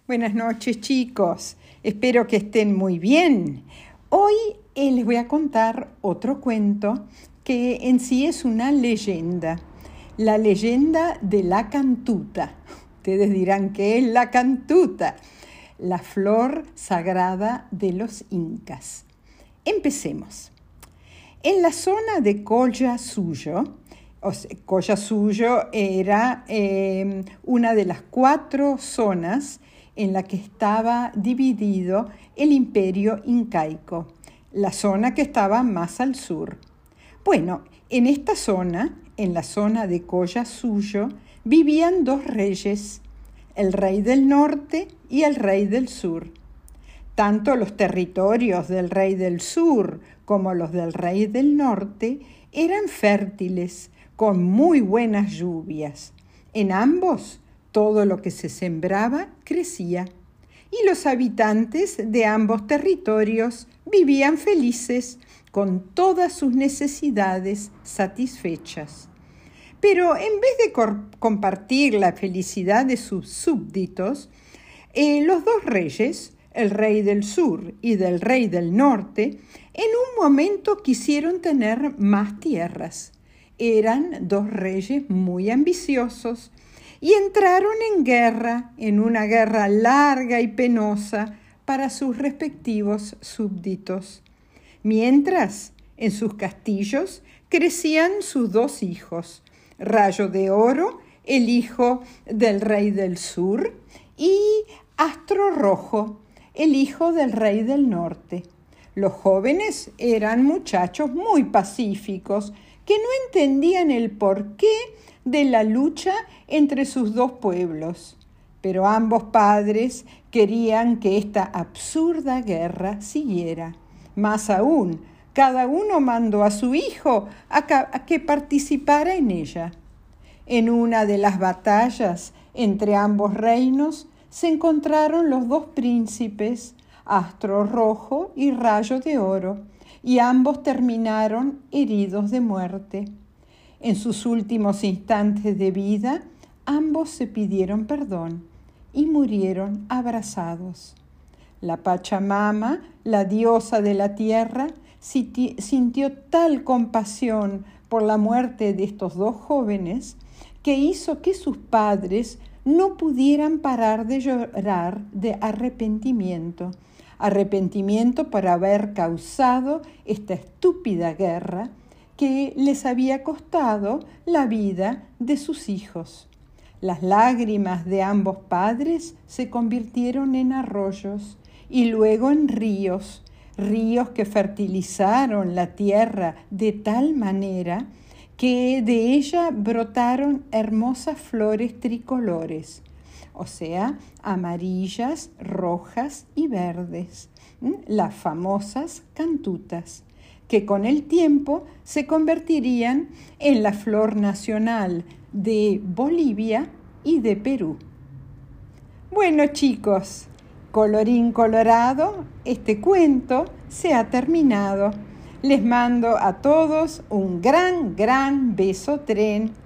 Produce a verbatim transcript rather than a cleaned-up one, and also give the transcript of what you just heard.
Buenas noches, chicos. Espero que estén muy bien. Hoy eh, les voy a contar otro cuento que en sí es una leyenda. La leyenda de la cantuta. Ustedes dirán, ¿qué es la cantuta? La flor sagrada de los incas. Empecemos. En la zona de Collasuyo, o sea, Collasuyo era eh, una de las cuatro zonas en la que estaba dividido el imperio incaico, la zona que estaba más al sur. Bueno, en esta zona, en la zona de Collasuyo, vivían dos reyes, el rey del norte y el rey del sur. Tanto los territorios del rey del sur como los del rey del norte eran fértiles, con muy buenas lluvias. En ambos, todo lo que se sembraba crecía, y los habitantes de ambos territorios vivían felices, con todas sus necesidades satisfechas. Pero en vez de cor- compartir la felicidad de sus súbditos, eh, los dos reyes, el rey del sur y del rey del norte, en un momento quisieron tener más tierras. Eran dos reyes muy ambiciosos y entraron en guerra, en una guerra larga y penosa para sus respectivos súbditos. Mientras, en sus castillos crecían sus dos hijos, Rayo de Oro, el hijo del rey del sur, y Astro Rojo, el hijo del rey del norte. Los jóvenes eran muchachos muy pacíficos que no entendían el porqué de la lucha entre sus dos pueblos. Pero ambos padres querían que esta absurda guerra siguiera. Más aún, cada uno mandó a su hijo a, ca- a que participara en ella. En una de las batallas entre ambos reinos se encontraron los dos príncipes, Astro Rojo y Rayo de Oro, y ambos terminaron heridos de muerte. En sus últimos instantes de vida, ambos se pidieron perdón y murieron abrazados. La Pachamama, la diosa de la tierra, sintió tal compasión por la muerte de estos dos jóvenes que hizo que sus padres no pudieran parar de llorar de arrepentimiento. Arrepentimiento por haber causado esta estúpida guerra que les había costado la vida de sus hijos. Las lágrimas de ambos padres se convirtieron en arroyos y luego en ríos, ríos que fertilizaron la tierra de tal manera que de ella brotaron hermosas flores tricolores, o sea, amarillas, rojas y verdes, las famosas cantutas, que con el tiempo se convertirían en la flor nacional de Bolivia y de Perú. Bueno, chicos, colorín colorado, este cuento se ha terminado. Les mando a todos un gran, gran beso tren.